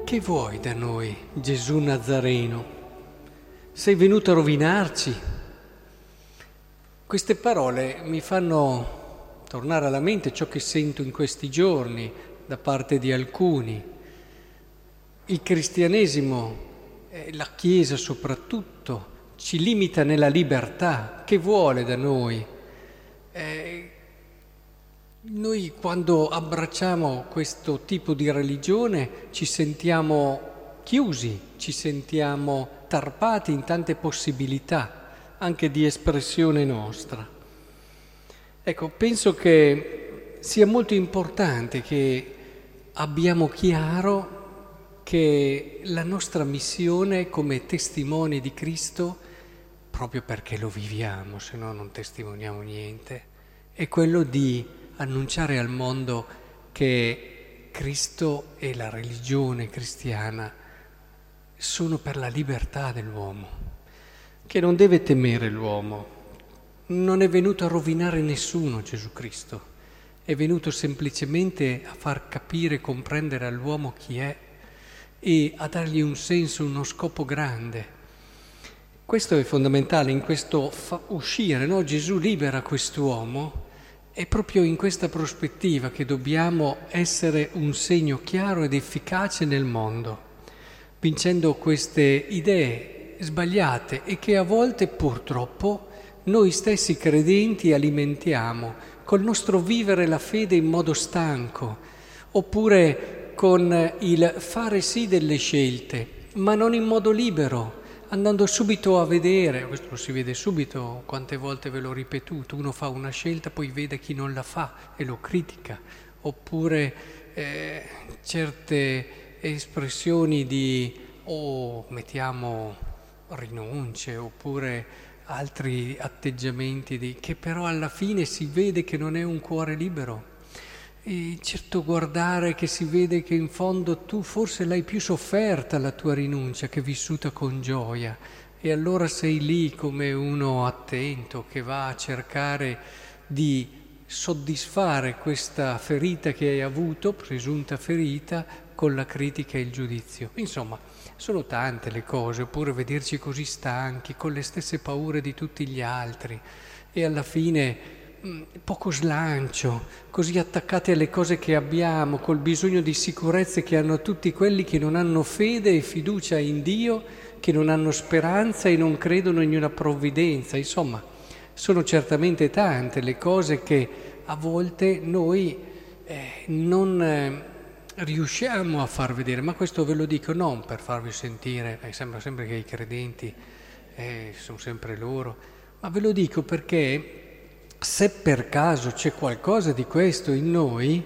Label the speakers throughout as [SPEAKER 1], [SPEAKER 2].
[SPEAKER 1] Che vuoi da noi, Gesù Nazareno? Sei venuto a rovinarci? Queste parole mi fanno tornare alla mente ciò che sento in questi giorni da parte di alcuni. Il cristianesimo, la Chiesa soprattutto, ci limita nella libertà. Che vuole da noi? Noi quando abbracciamo questo tipo di religione ci sentiamo chiusi, ci sentiamo tarpati in tante possibilità, anche di espressione nostra. Ecco, penso che sia molto importante che abbiamo chiaro che la nostra missione come testimoni di Cristo, proprio perché lo viviamo, se no non testimoniamo niente, è quello di annunciare al mondo che Cristo e la religione cristiana sono per la libertà dell'uomo, che non deve temere l'uomo. Non è venuto a rovinare nessuno Gesù Cristo, è venuto semplicemente a far capire e comprendere all'uomo chi è e a dargli un senso, uno scopo grande. Questo è fondamentale, in questo uscire, no? Gesù libera quest'uomo. È proprio in questa prospettiva che dobbiamo essere un segno chiaro ed efficace nel mondo, vincendo queste idee sbagliate e che a volte purtroppo noi stessi credenti alimentiamo col nostro vivere la fede in modo stanco, oppure con il fare sì delle scelte, ma non in modo libero, andando subito a vedere, questo lo si vede subito, quante volte ve l'ho ripetuto, uno fa una scelta, poi vede chi non la fa e lo critica, oppure certe espressioni di mettiamo rinunce, oppure altri atteggiamenti che però alla fine si vede che non è un cuore libero. E certo guardare che si vede che in fondo tu forse l'hai più sofferta la tua rinuncia che vissuta con gioia, e allora sei lì come uno attento che va a cercare di soddisfare questa ferita che hai avuto, presunta ferita, con la critica e il giudizio. Insomma, sono tante le cose, oppure vederci così stanchi, con le stesse paure di tutti gli altri, e alla fine poco slancio, così attaccati alle cose che abbiamo, col bisogno di sicurezze che hanno tutti quelli che non hanno fede e fiducia in Dio, che non hanno speranza e non credono in una provvidenza. Insomma, sono certamente tante le cose che a volte noi non riusciamo a far vedere, ma questo ve lo dico non per farvi sentire, sembra sempre che i credenti sono sempre loro, ma ve lo dico perché se per caso c'è qualcosa di questo in noi,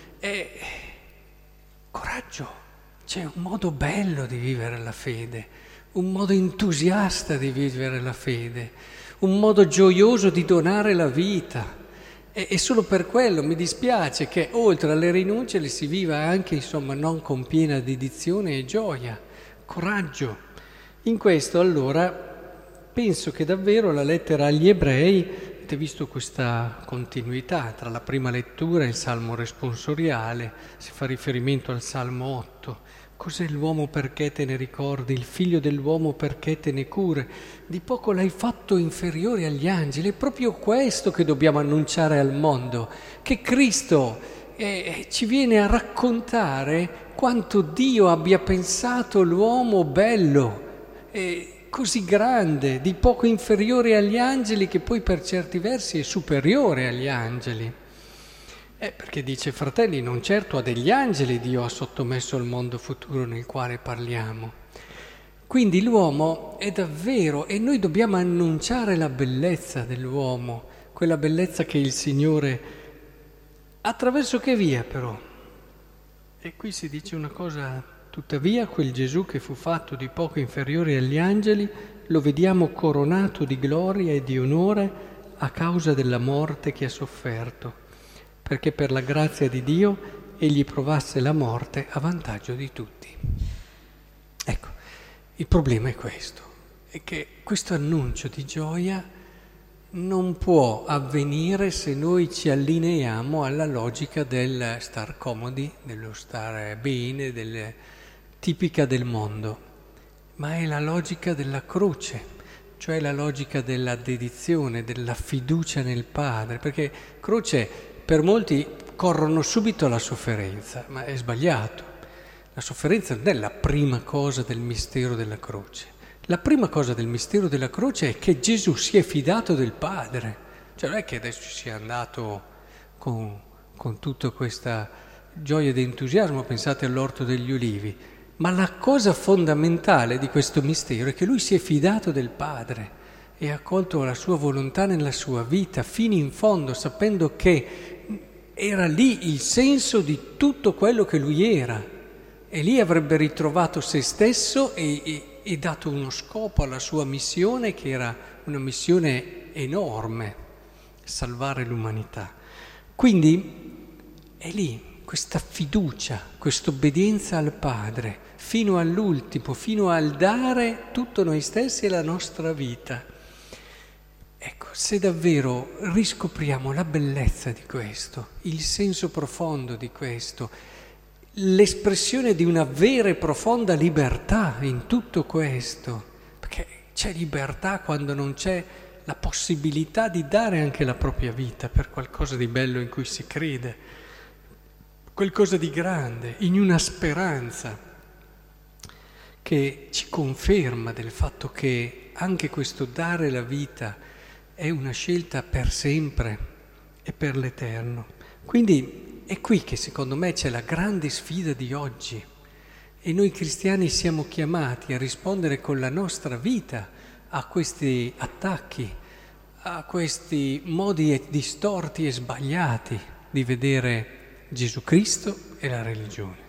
[SPEAKER 1] coraggio, c'è un modo bello di vivere la fede, un modo entusiasta di vivere la fede, un modo gioioso di donare la vita. E solo per quello mi dispiace che oltre alle rinunce le si viva anche, insomma, non con piena dedizione e gioia, coraggio. In questo allora penso che davvero la lettera agli Ebrei, avete visto questa continuità tra la prima lettura e il Salmo responsoriale, si fa riferimento al Salmo 8. Cos'è l'uomo perché te ne ricordi, il figlio dell'uomo perché te ne cure? Di poco l'hai fatto inferiore agli angeli. È proprio questo che dobbiamo annunciare al mondo, che Cristo ci viene a raccontare quanto Dio abbia pensato l'uomo bello, così grande, di poco inferiore agli angeli, che poi per certi versi è superiore agli angeli. Perché dice, fratelli, non certo a degli angeli Dio ha sottomesso il mondo futuro nel quale parliamo. Quindi l'uomo è davvero, e noi dobbiamo annunciare la bellezza dell'uomo, quella bellezza che il Signore, attraverso che via però? E qui si dice una cosa, tuttavia quel Gesù che fu fatto di poco inferiore agli angeli, lo vediamo coronato di gloria e di onore a causa della morte che ha sofferto, perché per la grazia di Dio egli provasse la morte a vantaggio di tutti. Ecco, il problema è questo, è che questo annuncio di gioia non può avvenire se noi ci allineiamo alla logica del star comodi, dello stare bene, tipica del mondo, ma è la logica della croce, cioè la logica della dedizione, della fiducia nel Padre, perché croce per molti corrono subito alla sofferenza, ma è sbagliato. La sofferenza non è la prima cosa del mistero della croce. La prima cosa del mistero della croce è che Gesù si è fidato del Padre. Cioè non è che adesso sia andato con tutta questa gioia ed entusiasmo, pensate all'orto degli ulivi, ma la cosa fondamentale di questo mistero è che lui si è fidato del Padre e ha accolto la sua volontà nella sua vita fino in fondo, sapendo che era lì il senso di tutto quello che lui era. E lì avrebbe ritrovato se stesso e dato uno scopo alla sua missione, che era una missione enorme, salvare l'umanità. Quindi è lì questa fiducia, questa obbedienza al Padre, fino all'ultimo, fino al dare tutto noi stessi e la nostra vita. Ecco, se davvero riscopriamo la bellezza di questo, il senso profondo di questo, l'espressione di una vera e profonda libertà in tutto questo, perché c'è libertà quando non c'è la possibilità di dare anche la propria vita per qualcosa di bello in cui si crede, qualcosa di grande, in una speranza che ci conferma del fatto che anche questo dare la vita è una scelta per sempre e per l'eterno. Quindi è qui che secondo me c'è la grande sfida di oggi e noi cristiani siamo chiamati a rispondere con la nostra vita a questi attacchi, a questi modi distorti e sbagliati di vedere Gesù Cristo e la religione.